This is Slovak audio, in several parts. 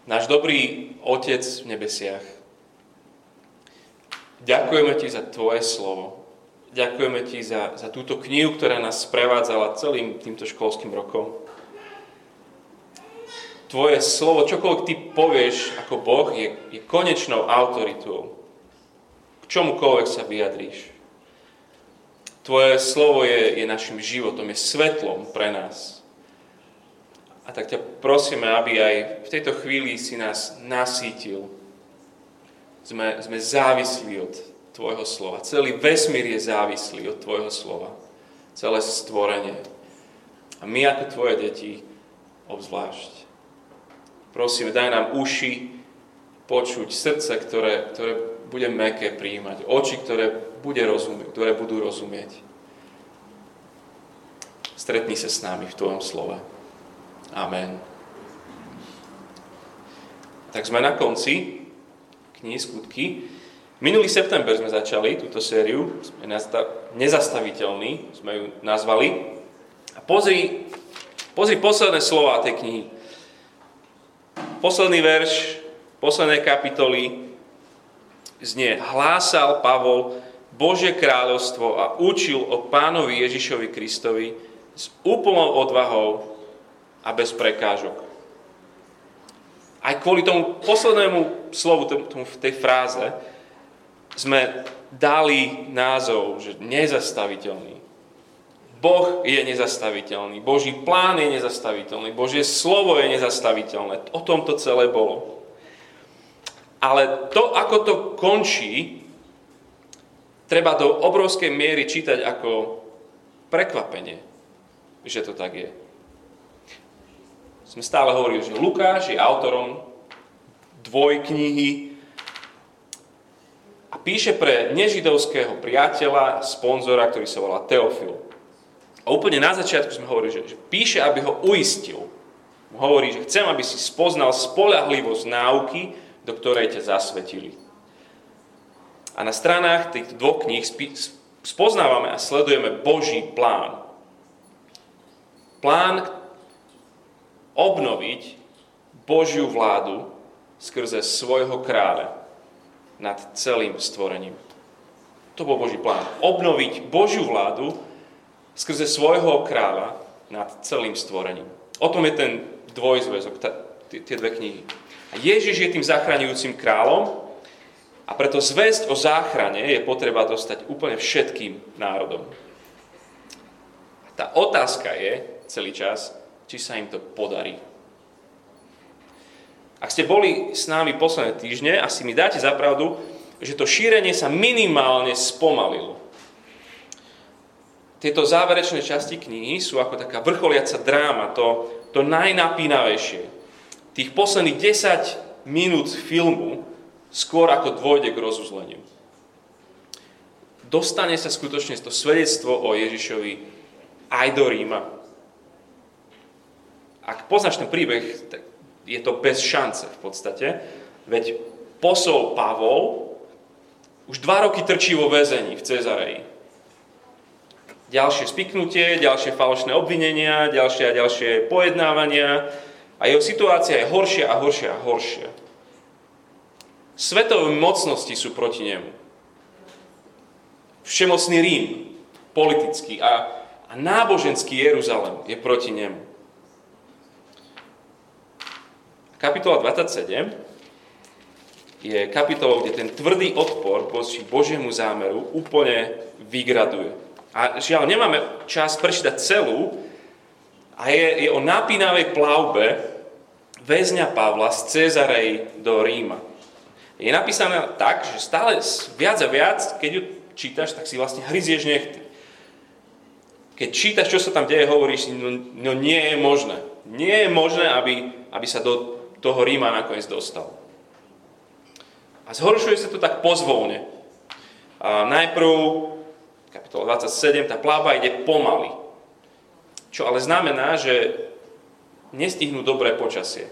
Náš dobrý Otec v nebesiach, ďakujeme Ti za Tvoje slovo. Ďakujeme Ti za túto knihu, ktorá nás sprevádzala celým týmto školským rokom. Tvoje slovo, čokoľvek Ty povieš ako Boh, je konečnou autoritou. K čomukoľvek sa vyjadríš. Tvoje slovo je našim životom, je svetlom pre nás. A tak ťa prosíme, aby aj v tejto chvíli si nás nasýtil. Sme závislí od Tvojho slova. Celý vesmír je závislý od Tvojho slova. Celé stvorenie. A my ako Tvoje deti obzvlášť. Prosíme, daj nám uši počuť, srdce, ktoré bude mäkké prijímať. Oči, ktoré budú rozumieť. Stretni sa s nami v Tvojom slove. Amen. Tak sme na konci knihy Skutky. Minulý september sme začali túto sériu. Sme nezastaviteľní, sme ju nazvali. A pozri posledné slová tej knihy. Posledný verš, posledné kapitoly znie: hlásal Pavol Božie kráľovstvo a učil o Pánovi Ježišovi Kristovi s úplnou odvahou a bez prekážok. Aj kvôli tomu poslednému slovu, v tej fráze, sme dali názov, že nezastaviteľný. Boh je nezastaviteľný, Boží plán je nezastaviteľný, Božie slovo je nezastaviteľné. O tom to celé bolo. Ale to, ako to končí, treba do obrovskej miery čítať ako prekvapenie, že to tak je. Sme stále hovorili, že Lukáš je autorom dvojknihy a píše pre nežidovského priateľa a sponzora, ktorý sa volá Teofil. A úplne na začiatku sme hovorili, že píše, aby ho uistil. Hovorí, že chcem, aby si spoznal spoľahlivosť náuky, do ktorej ťa zasvetili. A na stranách týchto dvoch kníh spoznávame a sledujeme Boží plán. Plán obnoviť Božiu vládu skrze svojho kráľa nad celým stvorením. To bol Boží plán. Obnoviť Božiu vládu skrze svojho kráľa nad celým stvorením. O tom je ten dvojzväzok, tie dve knihy. A Ježiš je tým zachraňujúcim kráľom a preto zvesť o záchrane je potreba dostať úplne všetkým národom. A tá otázka je celý čas, či sa im to podarí. Ak ste boli s nami posledné týždne, asi mi dáte za pravdu, že to šírenie sa minimálne spomalilo. Tieto záverečné časti knihy sú ako taká vrcholiaca dráma, to najnapínavejšie. Tých posledných 10 minút filmu skôr ako dôjde k rozuzleniu. Dostane sa skutočne to svedectvo o Ježišovi aj do Ríma. Ak poznáš ten príbeh, tak je to bez šance v podstate. Veď posol Pavol už 2 roky trčí vo väzení v Cezareji. Ďalšie spiknutie, ďalšie falošné obvinenia, ďalšie a ďalšie pojednávania a jeho situácia je horšia a horšia a horšia. Svetové mocnosti sú proti nemu. Všemocný Rím, politický a náboženský Jeruzalém je proti nemu. Kapitola 27 je kapitolou, kde ten tvrdý odpor voči Božiemu zámeru úplne vygraduje. A žiaľ, nemáme čas prečítať celú a je o napínavej plavbe väzňa Pavla z Cezareji do Ríma. Je napísaná tak, že stále viac a viac, keď ju čítaš, tak si vlastne hryzieš nechty. Keď čítaš, čo sa tam deje, hovoríš si, no nie je možné. Nie je možné, aby sa do toho Ríma nakoniec dostal. A zhoršuje sa to tak pozvolne. A najprv, kapitola 27, tá plavba ide pomaly. Čo ale znamená, že nestihnú dobré počasie.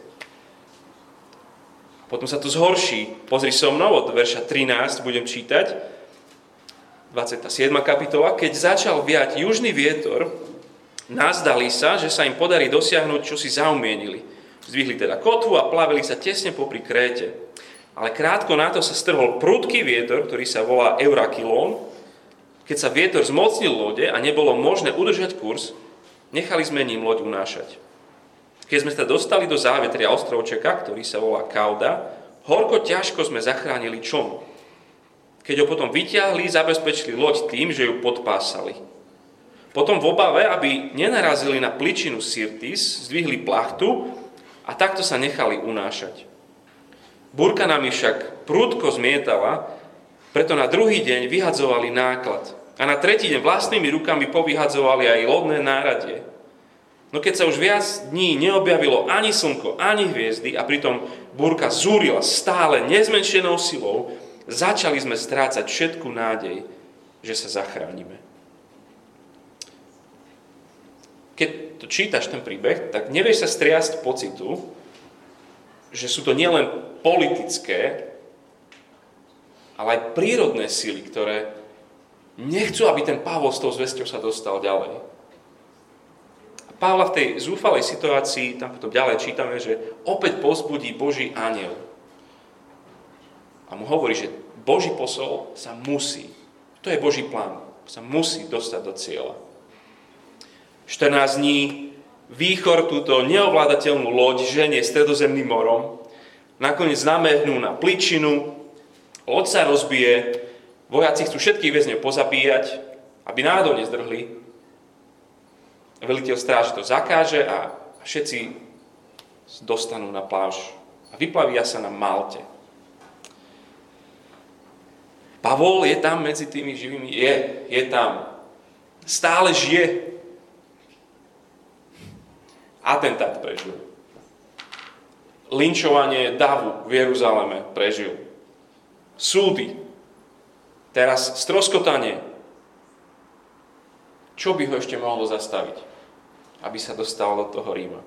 Potom sa to zhorší. Pozri so mnou, od verša 13 budem čítať. 27. kapitola. Keď začal viať južný vietor, nazdali sa, že sa im podarí dosiahnuť, čo si zaumienili. Zdvihli teda kotvu a plavili sa tesne popri Kréte. Ale krátko na to sa strhol prudký vietor, ktorý sa volá Eurakylón. Keď sa vietor zmocnil lode a nebolo možné udržať kurz, nechali sme ním loď unášať. Keď sme sa dostali do závetria ostrovčeka, ktorý sa volá Kauda, horko ťažko sme zachránili čln. Keď ho potom vyťahli, zabezpečili loď tým, že ju podpásali. Potom v obave, aby nenarazili na pličinu Syrtis, zdvihli plachtu a takto sa nechali unášať. Búrka nami však prudko zmietala, preto na druhý deň vyhadzovali náklad. A na tretí deň vlastnými rukami povyhadzovali aj lodné náradie. No keď sa už viac dní neobjavilo ani slnko, ani hviezdy a pritom búrka zúrila stále nezmenšenou silou, začali sme strácať všetku nádej, že sa zachránime. Keď to čítaš ten príbeh, tak nevieš sa striasť pocitu, že sú to nielen politické, ale aj prírodné sily, ktoré nechcú, aby ten Pavol s tou zvesťou sa dostal ďalej. A Pavla v tej zúfalej situácii, tam potom ďalej čítame, že opäť povzbudí Boží anjel. A mu hovorí, že Boží posol sa musí, to je Boží plán, sa musí dostať do cieľa. 14 dní výchor túto neovládateľnú loď ženie stredozemným morom, nakoniec namehnú na pličinu, loď sa rozbije, vojaci chcú všetkých väzňov pozabíjať, aby náhodou nezdrhli. Veliteľ stráže to zakáže a všetci dostanú na pláž a vyplavia sa na Malte. Pavol je tam medzi tými živými? Je tam. Stále žije. Atentát prežil. Linčovanie davu v Jeruzaleme prežil. Súdy. Teraz stroskotanie. Čo by ho ešte mohlo zastaviť, aby sa dostal do toho Ríma?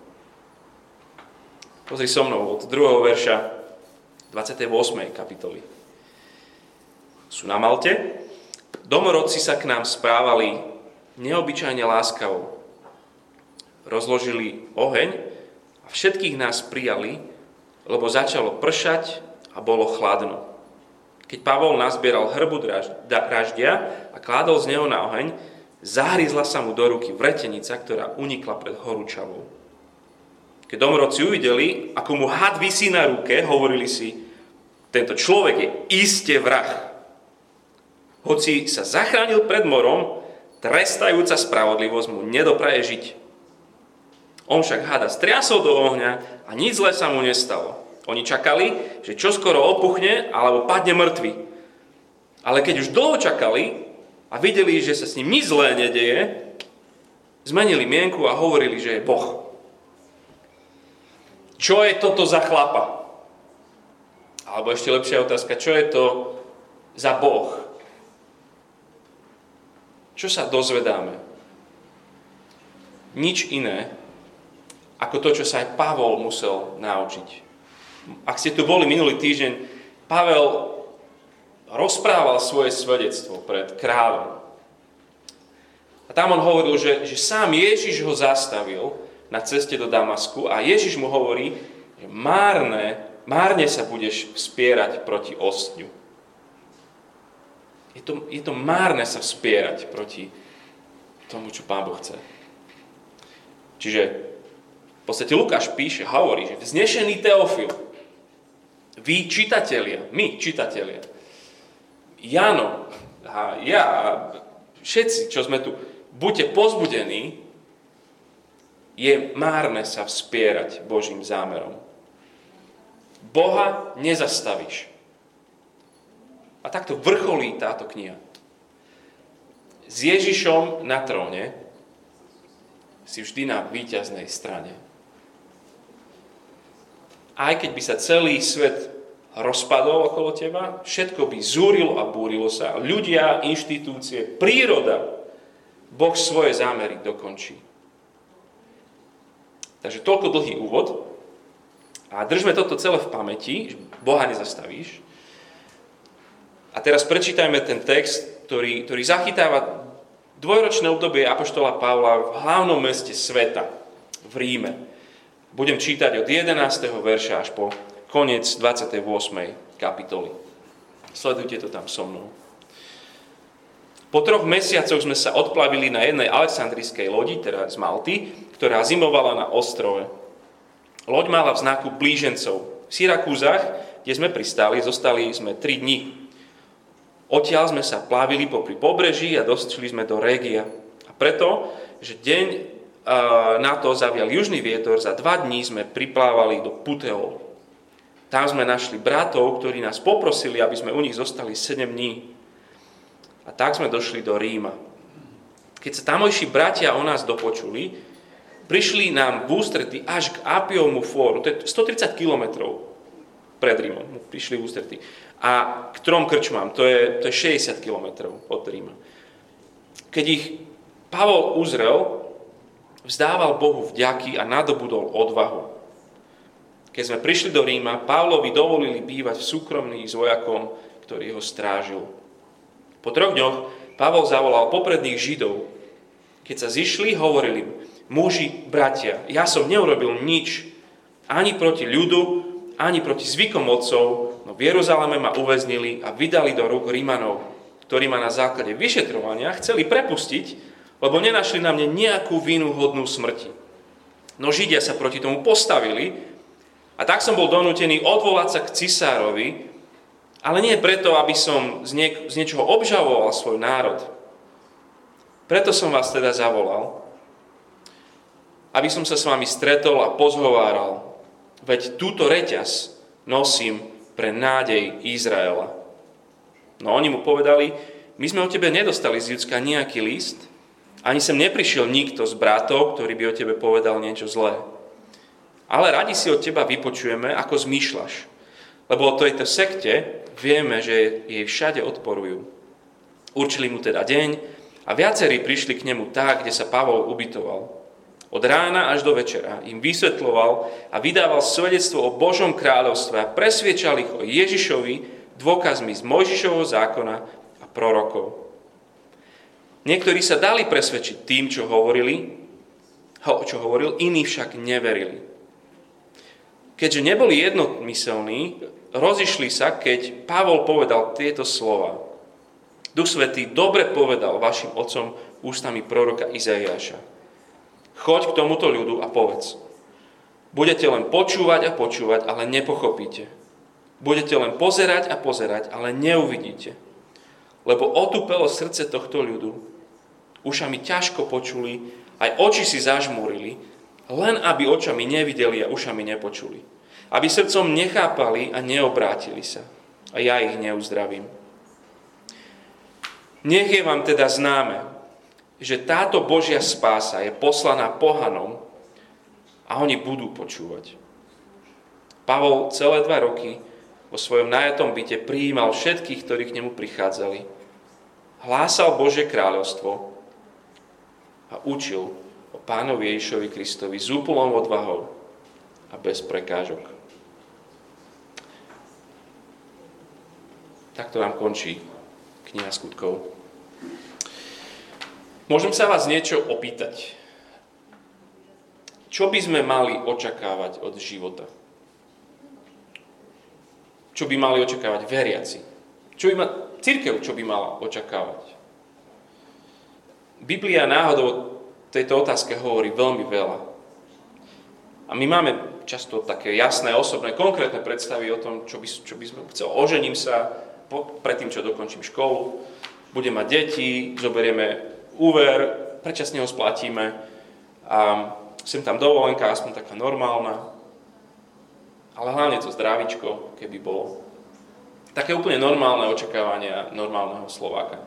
Pozri so mnou od 2. verša 28. kapitoly. Sú na Malte. Domorodci sa k nám správali neobyčajne láskavo. Rozložili oheň a všetkých nás prijali, lebo začalo pršať a bolo chladno. Keď Pavol nazbieral hrbu raždia a kládol z neho na oheň, zahryzla sa mu do ruky vretenica, ktorá unikla pred horúčavou. Keď domorodci uvideli, ako mu had visí na ruke, hovorili si, tento človek je iste vrah. Hoci sa zachránil pred morom, trestajúca spravodlivosť mu nedopraje žiť. On však hada striasol do ohňa a nič zlé sa mu nestalo. Oni čakali, že čoskoro opuchne alebo padne mŕtvy. Ale keď už dlho čakali a videli, že sa s ním nič zlé nedeje, zmenili mienku a hovorili, že je Boh. Čo je toto za chlapa? Alebo ešte lepšia otázka, čo je to za Boh? Čo sa dozvedáme? Nič iné, ako to, čo sa aj Pavol musel naučiť. Ak ste tu boli minulý týždeň, Pavel rozprával svoje svedectvo pred kráľom. A tam on hovoril, že sám Ježiš ho zastavil na ceste do Damasku a Ježiš mu hovorí, že márne sa budeš vspierať proti ostňu. Je to márne sa vspierať proti tomu, čo Pán Boh chce. Čiže v podstate Lukáš píše, hovorí, že vznešený Teofil, vy čitatelia, my čitatelia, Jano a ja a všetci, čo sme tu, buďte povzbudení, je márne sa vspierať Božím zámerom. Boha nezastavíš. A takto vrcholí táto kniha. S Ježišom na tróne si vždy na víťaznej strane. Aj keď by sa celý svet rozpadol okolo teba, všetko by zúrilo a búrilo sa. Ľudia, inštitúcie, príroda, Boh svoje zámery dokončí. Takže toľko dlhý úvod. A držme toto celé v pamäti, že Boha nezastavíš. A teraz prečítajme ten text, ktorý zachytáva dvojročné obdobie apoštola Pavla v hlavnom meste sveta, v Ríme. Budem čítať od 11. verša až po koniec 28. kapitoly. Sledujte to tam so mnou. Po 3 mesiacoch sme sa odplavili na jednej alexandrijskej lodi, teda z Malty, ktorá zimovala na ostrove. Loď mala v znaku blížencov. V Syrakúzach, kde sme pristáli, zostali sme 3 dni. Odtiaľ sme sa plávili popri pobreží a došli sme do Régia. A preto, že deň na to zavial južný vietor, za 2 dní sme priplávali do Puteol. Tam sme našli bratov, ktorí nás poprosili, aby sme u nich zostali 7 dní. A tak sme došli do Ríma. Keď sa tamojší bratia o nás dopočuli, prišli nám v ústrety až k Apiomu fóru, to je 130 kilometrov pred Rímom, prišli v ústrety. A k 3 krčmám, to je 60 kilometrov od Ríma. Keď ich Pavol uzrel, vzdával Bohu vďaky a nadobudol odvahu. Keď sme prišli do Ríma, Pavlovi dovolili bývať v súkromných s vojakom, ktorý ho strážil. Po 3 dňoch Pavol zavolal popredných Židov. Keď sa zišli, hovorili im: muži, bratia, ja som neurobil nič ani proti ľudu, ani proti zvykom otcov, no v Jeruzaleme ma uväznili a vydali do rúk Rímanov, ktorí ma na základe vyšetrovania chceli prepustiť, lebo nenašli na mne nejakú vinu hodnú smrti. No Židia sa proti tomu postavili a tak som bol donútený odvolať sa k cisárovi, ale nie preto, aby som z niečoho obžaloval svoj národ. Preto som vás teda zavolal, aby som sa s vami stretol a pozhováral. Veď túto reťaz nosím pre nádej Izraela. No oni mu povedali: my sme o tebe nedostali z Judska nejaký list, ani sem neprišiel nikto z bratov, ktorý by o tebe povedal niečo zlé. Ale radi si od teba vypočujeme, ako zmýšľaš. Lebo o tejto sekte vieme, že jej všade odporujú. Určili mu teda deň a viacerí prišli k nemu tak, kde sa Pavol ubytoval. Od rána až do večera im vysvetľoval a vydával svedectvo o Božom kráľovstve a presviečal ich o Ježišovi dôkazmi z Mojžišovho zákona a prorokov. Niektorí sa dali presvedčiť tým, čo hovoril, iní však neverili. Keďže neboli jednomyselní, rozišli sa, keď Pavol povedal tieto slova: Duch Svätý dobre povedal vašim otcom ústami proroka Izaiáša. Choď k tomuto ľudu a povedz: budete len počúvať a počúvať, ale nepochopíte. Budete len pozerať a pozerať, ale neuvidíte. Lebo otupelo srdce tohto ľudu. Ušami ťažko počuli, aj oči si zažmúrili, len aby očami nevideli a ušami nepočuli. Aby srdcom nechápali a neobrátili sa. A ja ich neuzdravím. Nech je vám teda známe, že táto Božia spása je poslaná pohanom a oni budú počúvať. Pavol celé 2 roky vo svojom najatom byte prijímal všetkých, ktorí k nemu prichádzali. Hlásal Božie kráľovstvo a učil o Pánovi Ježišovi Kristovi s úplnou odvahou a bez prekážok. Takto nám končí kniha Skutkov. Môžem sa vás niečo opýtať. Čo by sme mali očakávať od života? Čo by mali očakávať veriaci? Cirkev čo by mala očakávať? Biblia náhodou o tejto otázke hovorí veľmi veľa. A my máme často také jasné, osobné, konkrétne predstavy o tom, čo by sme chceli. Ožením sa, predtým, čo dokončím školu, budem mať deti, zoberieme úver, predčasne ho splatíme a sem tam dovolenka, aspoň taká normálna, ale hlavne to zdravíčko, keby bolo. Také úplne normálne očakávania normálneho Slováka.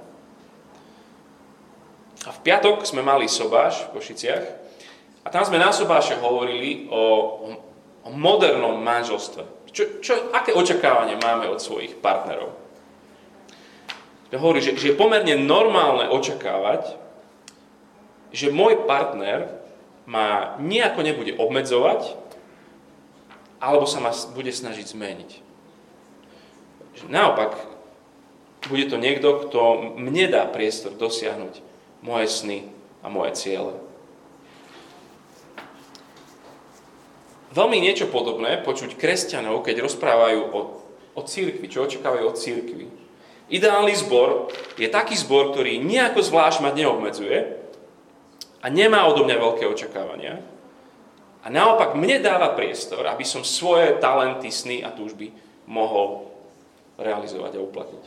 A v piatok sme mali sobáš v Košiciach a tam sme na sobáše hovorili o modernom manželstve. Aké očakávania máme od svojich partnerov? Sme hovorili, že je pomerne normálne očakávať, že môj partner ma nejako nebude obmedzovať, alebo sa ma bude snažiť zmeniť. Naopak, bude to niekto, kto mne dá priestor dosiahnuť moje sny a moje ciele. veľmi niečo podobné počuť kresťanov, keď rozprávajú o cirkvi, čo očakávajú od cirkvi. Ideálny zbor je taký zbor, ktorý nejako zvlášť ma neobmedzuje a nemá odo mňa veľké očakávania. A naopak mne dáva priestor, aby som svoje talenty, sny a túžby mohol realizovať a uplatniť.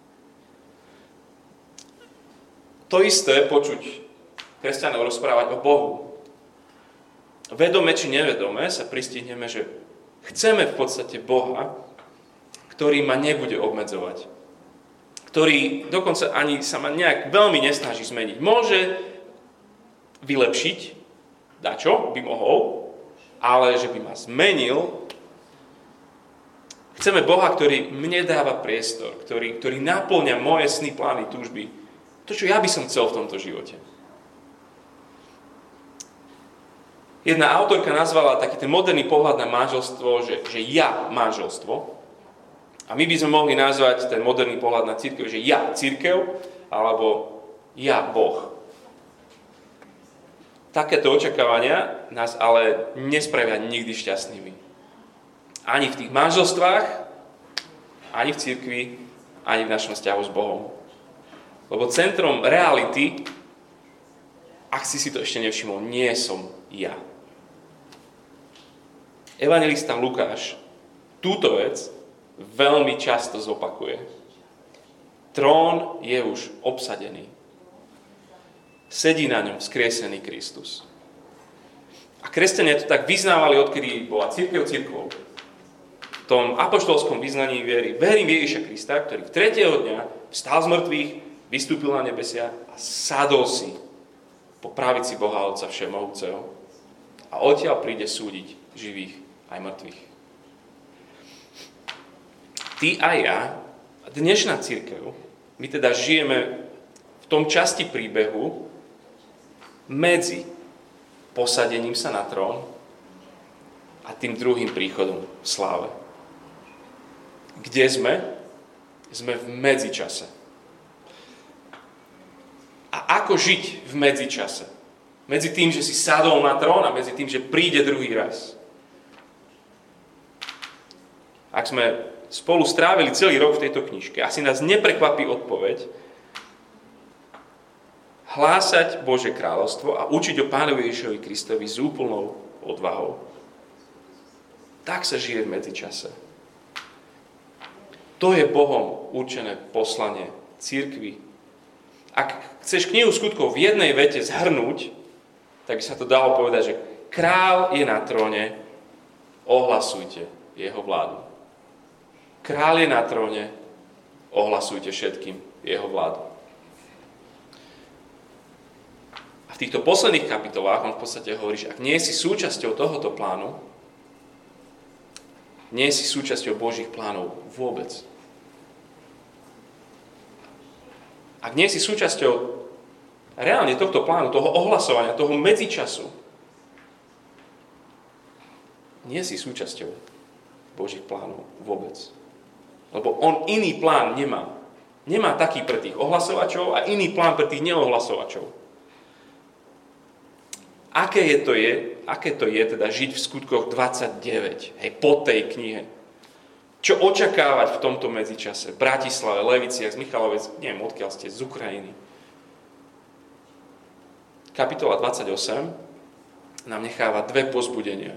To isté počuť kresťanov rozprávať o Bohu. Vedome či nevedome sa pristihneme, že chceme v podstate Boha, ktorý ma nebude obmedzovať. Ktorý dokonca ani sa ma nejak veľmi nesnaží zmeniť. Môže vylepšiť, dačo by mohol, ale že by ma zmenil. Chceme Boha, ktorý mne dáva priestor, ktorý naplňa moje sny, plány, túžby. To, čo ja by som chcel v tomto živote. Jedna autorka nazvala taký ten moderný pohľad na manželstvo, že ja manželstvo. A my by sme mohli nazvať ten moderný pohľad na cirkev, že ja cirkev, alebo ja Boh. Takéto očakávania nás ale nespravia nikdy šťastnými. Ani v tých manželstvách, ani v cirkvi, ani v našom vzťahu s Bohom. Lebo centrom reality, ak si to ešte nevšimol, nie som ja. Evanjelista Lukáš túto vec veľmi často zopakuje. Trón je už obsadený. Sedí na ňom vzkriesený Kristus. A kresťania to tak vyznávali, odkedy bola cirkev cirkvou. V tom apoštolskom vyznaní viery verím v Ježiša Krista, ktorý v 3. dňa vstal z mŕtvych, vystúpil na nebesia a sadol si po pravici Boha Otca Všemohúceho. A odtiaľ príde súdiť živých aj mŕtvych. Ty a ja, dnešná cirkev, my teda žijeme v tom časti príbehu medzi posadením sa na trón a tým druhým príchodom v sláve. Kde sme? Sme v medzičase. A ako žiť v medzičase? Medzi tým, že si sadol na trón a medzi tým, že príde druhý raz. Ak sme spolu strávili celý rok v tejto knižke, asi nás neprekvapí odpoveď hlásať Božie kráľovstvo a učiť o Pánovi Ježišovi Kristovi s úplnou odvahou. Tak sa žije v medzičase. To je Bohom určené poslanie cirkvi. Ak chceš knihu skutkov v jednej vete zhrnúť, tak by sa to dalo povedať, že král je na tróne, ohlasujte jeho vládu. Král je na tróne, ohlasujte všetkým jeho vládu. A v týchto posledných kapitolách on v podstate hovorí, že ak nie si súčasťou tohoto plánu, nie si súčasťou Božích plánov vôbec. Ak nie si súčasťou reálne tohto plánu, toho ohlasovania, toho medzičasu, nie si súčasťou Božích plánov vôbec. Lebo on iný plán nemá. Nemá taký pre tých ohlasovačov a iný plán pre tých neohlasovačov. Aké to je teda žiť v skutkoch 29, hej, po tej knihe? Čo očakávať v tomto medzičase? V Bratislave, Leviciach, z Michalovec, neviem, odkiaľ ste, z Ukrajiny. Kapitola 28 nám necháva dve povzbudenia.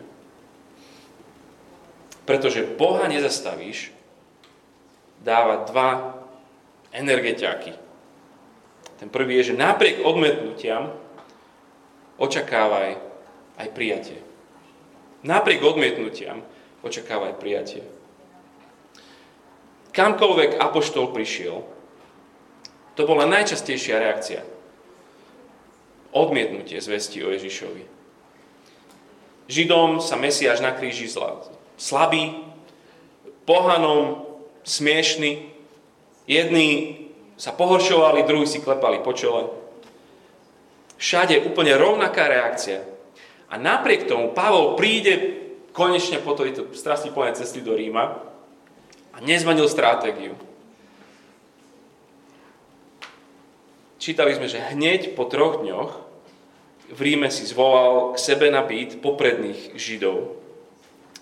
Pretože Boha nezastavíš, dáva dva energetiáky. Ten prvý je, že napriek odmietnutiam očakávaj aj prijatie. Napriek odmietnutiam očakávaj prijatie. Kamkoľvek apoštol prišiel, to bola najčastejšia reakcia. Odmietnutie zvesti o Ježišovi. Židom sa Mesiáš na kríži slabý, pohanom smiešný. Jedni sa pohoršovali, druhí si klepali po čele. Všade úplne rovnaká reakcia. A napriek tomu Pavol príde konečne po tejto strastiplnej cesty do Ríma a nezmenil stratégiu. Čítali sme, že hneď po 3 dňoch v Ríme si zvolal k sebe na byt popredných Židov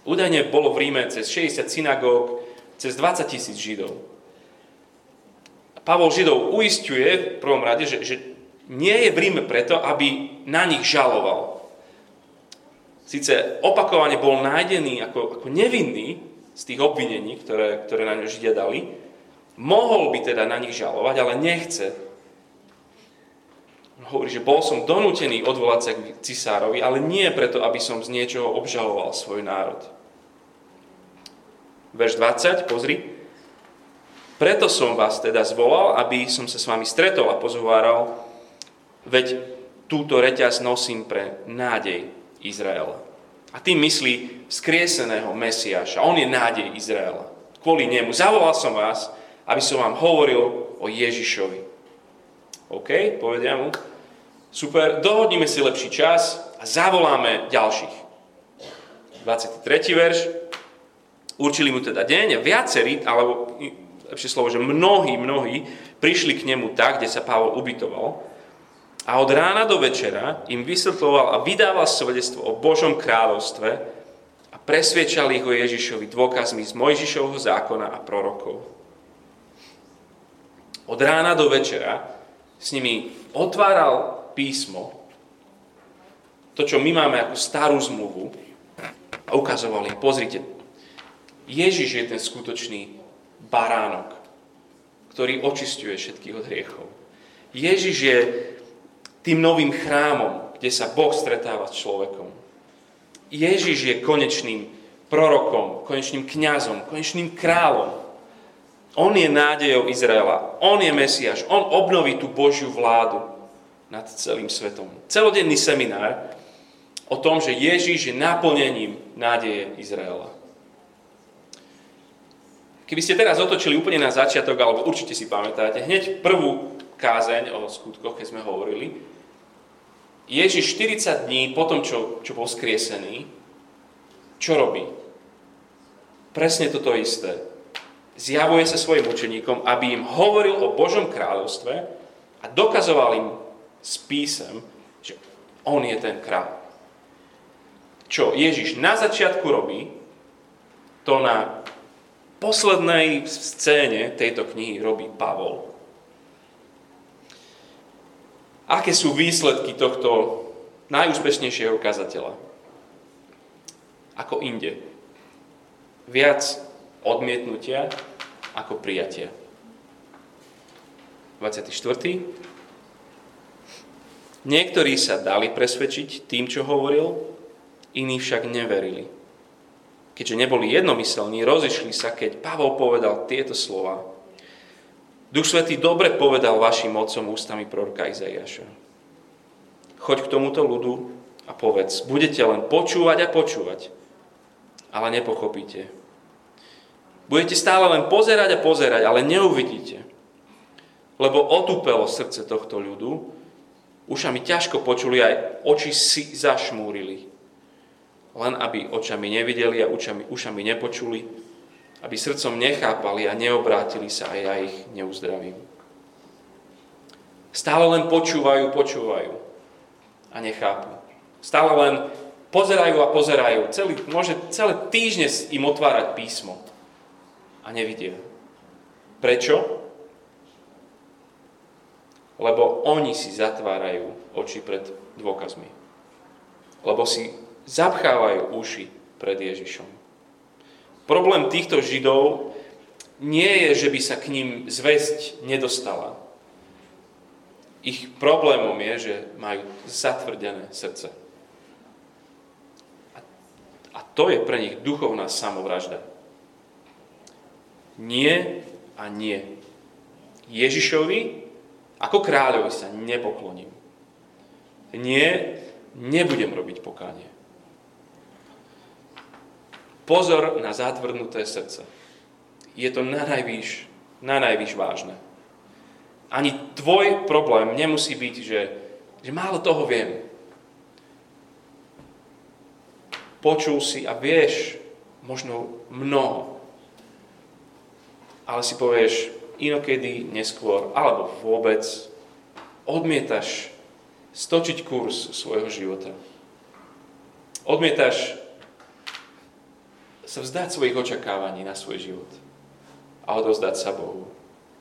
Údajne bolo v Ríme cez 60 synagóg, cez 20 000 Židov. Pavol Židov uisťuje v prvom rade, že nie je v Ríme preto, aby na nich žaloval. Sice opakovane bol nájdený ako nevinný z tých obvinení, ktoré na ňo Židia dali, mohol by teda na nich žalovať, ale nechce. On hovorí, že bol som donútený odvolať sa k cisárovi, ale nie preto, aby som z niečoho obžaloval svoj národ. Verš 20, pozri. Preto som vás teda zvolal, aby som sa s vami stretol a pozhováral, veď túto reťaz nosím pre nádej Izraela. A tým myslí vzkrieseného Mesiáša. On je nádej Izraela. Kvôli nemu zavolal som vás, aby som vám hovoril o Ježišovi. OK, povedia mu. Super, dohodnime si lepší čas a zavoláme ďalších. 23. verš. Určili mu teda deň a viacerí, alebo lepšie slovo, že mnohí prišli k nemu tak, kde sa Pavol ubytoval. A od rána do večera im vysvetľoval a vydával svedectvo o Božom kráľovstve a presviečal ich o Ježišovi dôkazmi z Mojžišovho zákona a prorokov. Od rána do večera s nimi otváral písmo, to, čo my máme ako starú zmluvu, a ukazoval im, pozrite, Ježiš je ten skutočný baránok, ktorý očisťuje všetkých od hriechov. Ježiš je tým novým chrámom, kde sa Boh stretáva s človekom. Ježiš je konečným prorokom, konečným kňazom, konečným kráľom. On je nádejou Izraela. On je Mesiáš. On obnoví tú Božiu vládu nad celým svetom. Celodenný seminár o tom, že Ježiš je naplnením nádeje Izraela. Keby ste teraz otočili úplne na začiatok, alebo určite si pamätáte, hneď prvú kázeň o skutkoch, keď sme hovorili, Ježiš 40 dní po tom, čo bol skriesený, čo robí? Presne toto isté. Zjavuje sa svojim učeníkom, aby im hovoril o Božom kráľovstve a dokazoval im z písem, že on je ten kráľ. Čo Ježiš na začiatku robí, to na poslednej scéne tejto knihy robí Pavol. Aké sú výsledky tohto najúspešnejšieho kazateľa? Ako inde. Viac odmietnutia ako prijatia. 24. Niektorí sa dali presvedčiť tým, čo hovoril, iní však neverili. Keďže neboli jednomyselní, rozišli sa, keď Pavol povedal tieto slova. Duch Svätý dobre povedal vašim otcom ústami proroka Izaiáša. Choď k tomuto ľudu a povedz, budete len počúvať a počúvať, ale nepochopíte. Budete stále len pozerať a pozerať, ale neuvidíte. Lebo otúpelo srdce tohto ľudu, ušami ťažko počuli, aj oči si zašmúrili. Len aby očami nevideli a ušami nepočuli, aby srdcom nechápali a neobrátili sa a ja ich neuzdravím. Stále len počúvajú a nechápu. Stále len pozerajú a pozerajú. Môže celé týždne im otvárať písmo a nevidia. Prečo? Lebo oni si zatvárajú oči pred dôkazmi. Lebo si zapchávajú uši pred Ježišom. Problém týchto Židov nie je, že by sa k ním zvesť nedostala. Ich problémom je, že majú zatvrdené srdce. A to je pre nich duchovná samovražda. Nie a nie. Ježišovi ako kráľovi sa nepokloním. Nie, nebudem robiť pokánie. Pozor na zatvrdnuté srdce. Je to na najvýš vážne. Ani tvoj problém nemusí byť, že málo toho viem. Počul si a vieš možno mnoho. Ale si povieš inokedy, neskôr, alebo vôbec odmietaš stočiť kurz svojho života. Odmietaš sa vzdať svojich očakávaní na svoj život a odovzdať sa Bohu.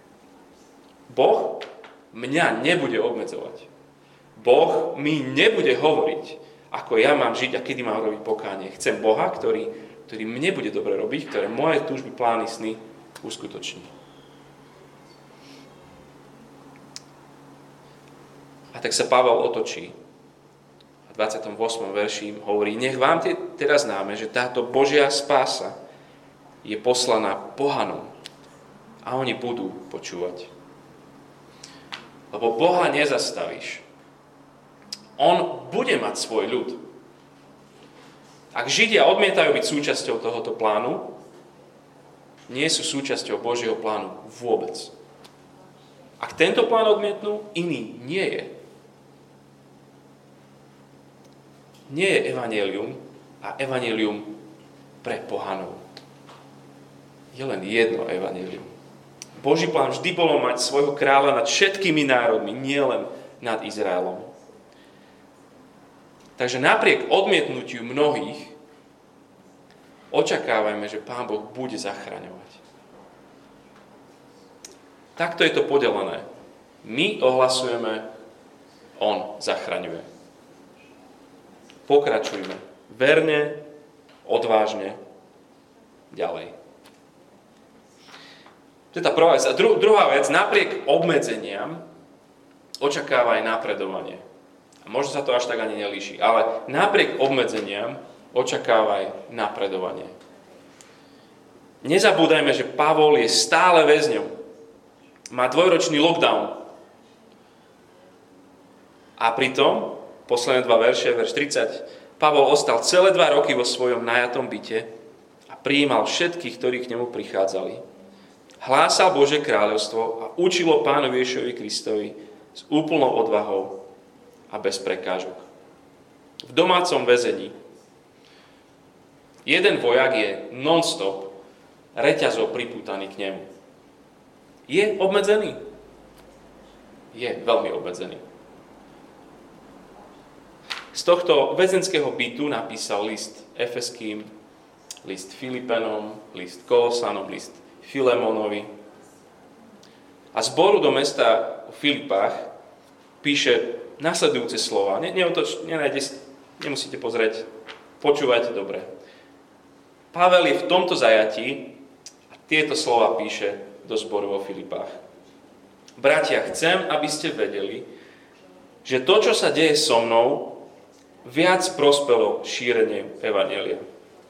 Boh mňa nebude obmedzovať. Boh mi nebude hovoriť, ako ja mám žiť a kedy mám robiť pokánie. Chcem Boha, ktorý mne bude dobre robiť, ktoré moje túžby, plány, sny uskutoční. A tak sa Pavel otočí a v 28. verši hovorí: nech vám teraz známe, že táto Božia spása je poslaná pohanom a oni budú počúvať. Lebo Boha nezastavíš. On bude mať svoj ľud. Ak Židia odmietajú byť súčasťou tohoto plánu, nie sú súčasťou Božieho plánu vôbec. Ak tento plán odmietnú, iný nie je. Nie je evanjelium a evanjelium pre pohanov. Je len jedno evanjelium. Boží plán vždy bolo mať svojho kráľa nad všetkými národmi, nielen nad Izraelom. Takže napriek odmietnutiu mnohých očakávajme, že Pán Boh bude zachraňovať. Takto je to podelené. My ohlasujeme, on zachraňuje. Pokračujme verne, odvážne, ďalej. To je tá prvá vec. A druhá vec, napriek obmedzeniam očakávaj napredovanie. A možno sa to až tak ani nelíši, ale napriek obmedzeniam očakávaj napredovanie. Nezabúdajme, že Pavol je stále väzňom. Má 2-ročný lockdown. A pritom posledné 2 verše, verš 30. Pavol ostal celé 2 roky vo svojom najatom byte a prijímal všetkých, ktorí k nemu prichádzali. Hlásal Božie kráľovstvo a učilo Pánovi Ježišovi Kristovi s úplnou odvahou a bez prekážok. V domácom väzení jeden vojak je non-stop reťazov pripútaný k nemu. Je obmedzený? Je veľmi obmedzený. Z tohto väzenského bytu napísal list Efeským, list Filipenom, list Kolosanom, list Filemonovi. A zboru do mesta v Filipách píše nasledujúce slova. Nemusíte pozrieť, počúvajte dobre. Pavel je v tomto zajatí a tieto slova píše do zboru vo Filipách. Bratia, chcem, aby ste vedeli, že to, čo sa deje so mnou, viac prospelo šíreniu evanjelia.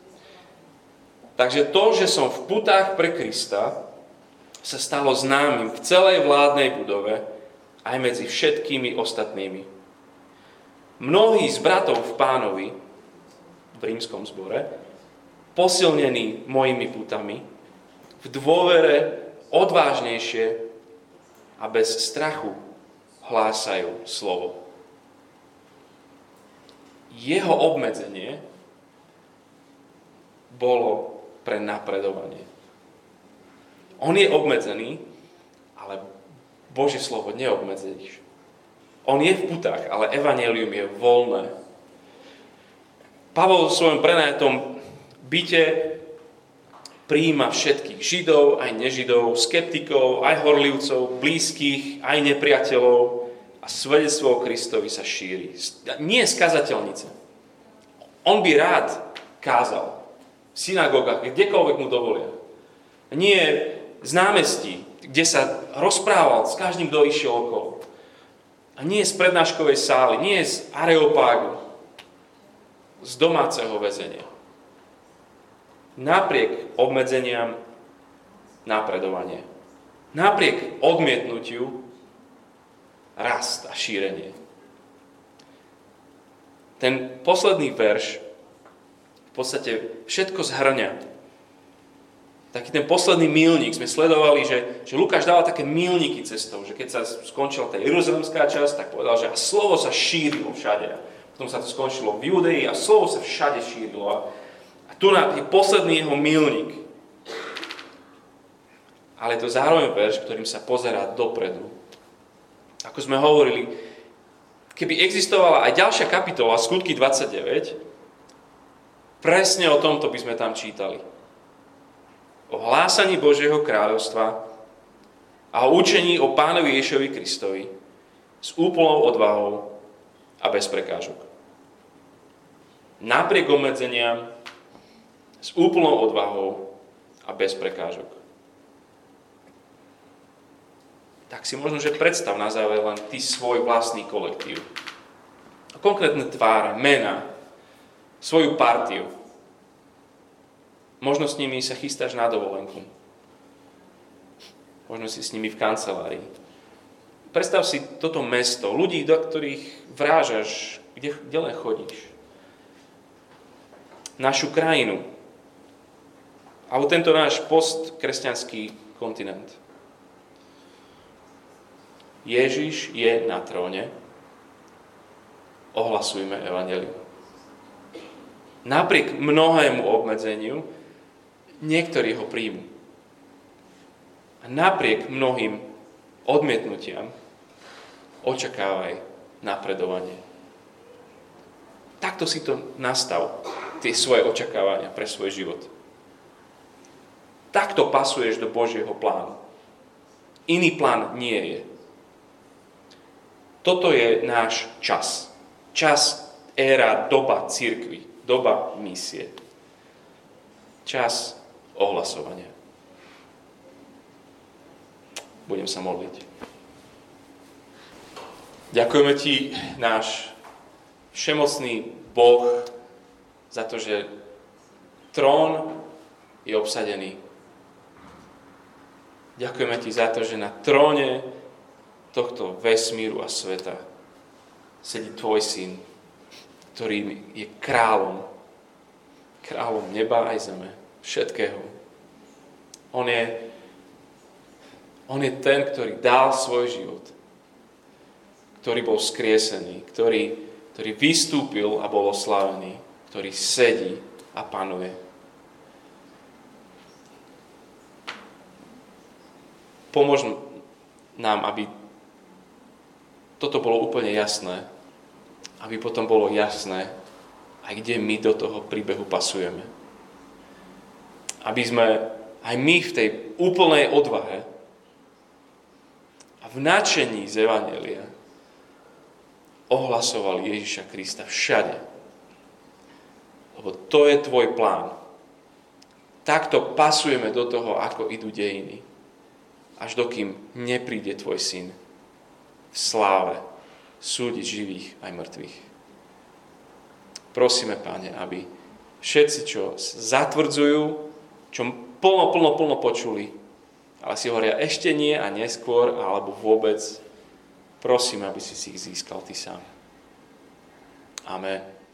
Takže to, že som v putách pre Krista, sa stalo známym v celej vládnej budove aj medzi všetkými ostatnými. Mnohí z bratov v Pánovi, v rímskom zbore, posilnení mojimi putami, v dôvere odvážnejšie a bez strachu hlásajú slovo. Jeho obmedzenie bolo pre napredovanie. On je obmedzený, ale Božie slovo neobmedzíš. On je v putách, ale evanjelium je voľné. Pavol vo svojom prenajatom byte prijíma všetkých Židov, aj nežidov, skeptikov, aj horlivcov, blízkych, aj nepriateľov, a svedectvo o Kristovi sa šíri. Nie z kazateľnice. On by rád kázal v synagógach, kdekoľvek mu dovolia. Nie z námestí, kde sa rozprával s každým, kto išiel okolo. A nie z prednáškovej sály, nie z areopágu, z domáceho väzenia. Napriek obmedzeniam napredovanie. Napriek odmietnutiu rast a šírenie. Ten posledný verš v podstate všetko zhrňa. Taký ten posledný míľnik. Sme sledovali, že Lukáš dával také míľniky cestou, že keď sa skončila tá jeruzalemská časť, tak povedal, že a slovo sa šírilo všade. Potom sa to skončilo v Judei a slovo sa všade šírilo. A tu je posledný jeho míľnik. Ale je to zároveň verš, ktorým sa pozerá dopredu. Ako sme hovorili, keby existovala aj ďalšia kapitola, Skutky 29, Presne o tomto by sme tam čítali. O hlásaní Božieho kráľovstva a o učení o Pánovi Ježišovi Kristovi s úplnou odvahou a bez prekážok. Napriek obmedzeniam, s úplnou odvahou a bez prekážok. Tak si možno, že predstav na záver len ty svoj vlastný kolektív. Konkrétne tváre, mená, svoju partiu. Možno s nimi sa chystáš na dovolenku. Možno si s nimi v kancelárii. Predstav si toto mesto, ľudí, do ktorých vrážaš, kde len chodíš. Našu krajinu. Alebo tento náš postkresťanský kontinent. Ježiš je na tróne. Ohlasujme evanjelium. Napriek mnohému obmedzeniu, niektorí ho príjmu. A napriek mnohým odmietnutiam, očakávaj napredovanie. Takto si to nastav, tie svoje očakávania pre svoj život. Takto pasuješ do Božieho plánu. Iný plán nie je. Toto je náš čas. Čas, éra, doba cirkvi, doba misie. Čas ohlasovania. Budem sa modliť. Ďakujeme ti, náš všemocný Boh, za to, že trón je obsadený. Ďakujeme ti za to, že na tróne tohto vesmíru a sveta sedí tvoj syn, ktorý je kráľom neba aj zeme, všetkého. On je ten, ktorý dal svoj život, ktorý bol skriesený, ktorý vystúpil a bol oslávený, ktorý sedí a panuje. Pomôž nám, aby toto bolo úplne jasné, aby potom bolo jasné, aj kde my do toho príbehu pasujeme. Aby sme aj my v tej úplnej odvahe a v nadšení z evanjelia ohlasovali Ježiša Krista všade. Lebo to je tvoj plán. Takto pasujeme do toho, ako idú dejiny. Až dokým nepríde tvoj syn v sláve súdiť živých aj mŕtvych. Prosíme, Páne, aby všetci, čo zatvrdzujú, čo plno počuli, ale si hovoria ešte nie a neskôr, alebo vôbec, prosím, aby si ich získal ty sám. Amen.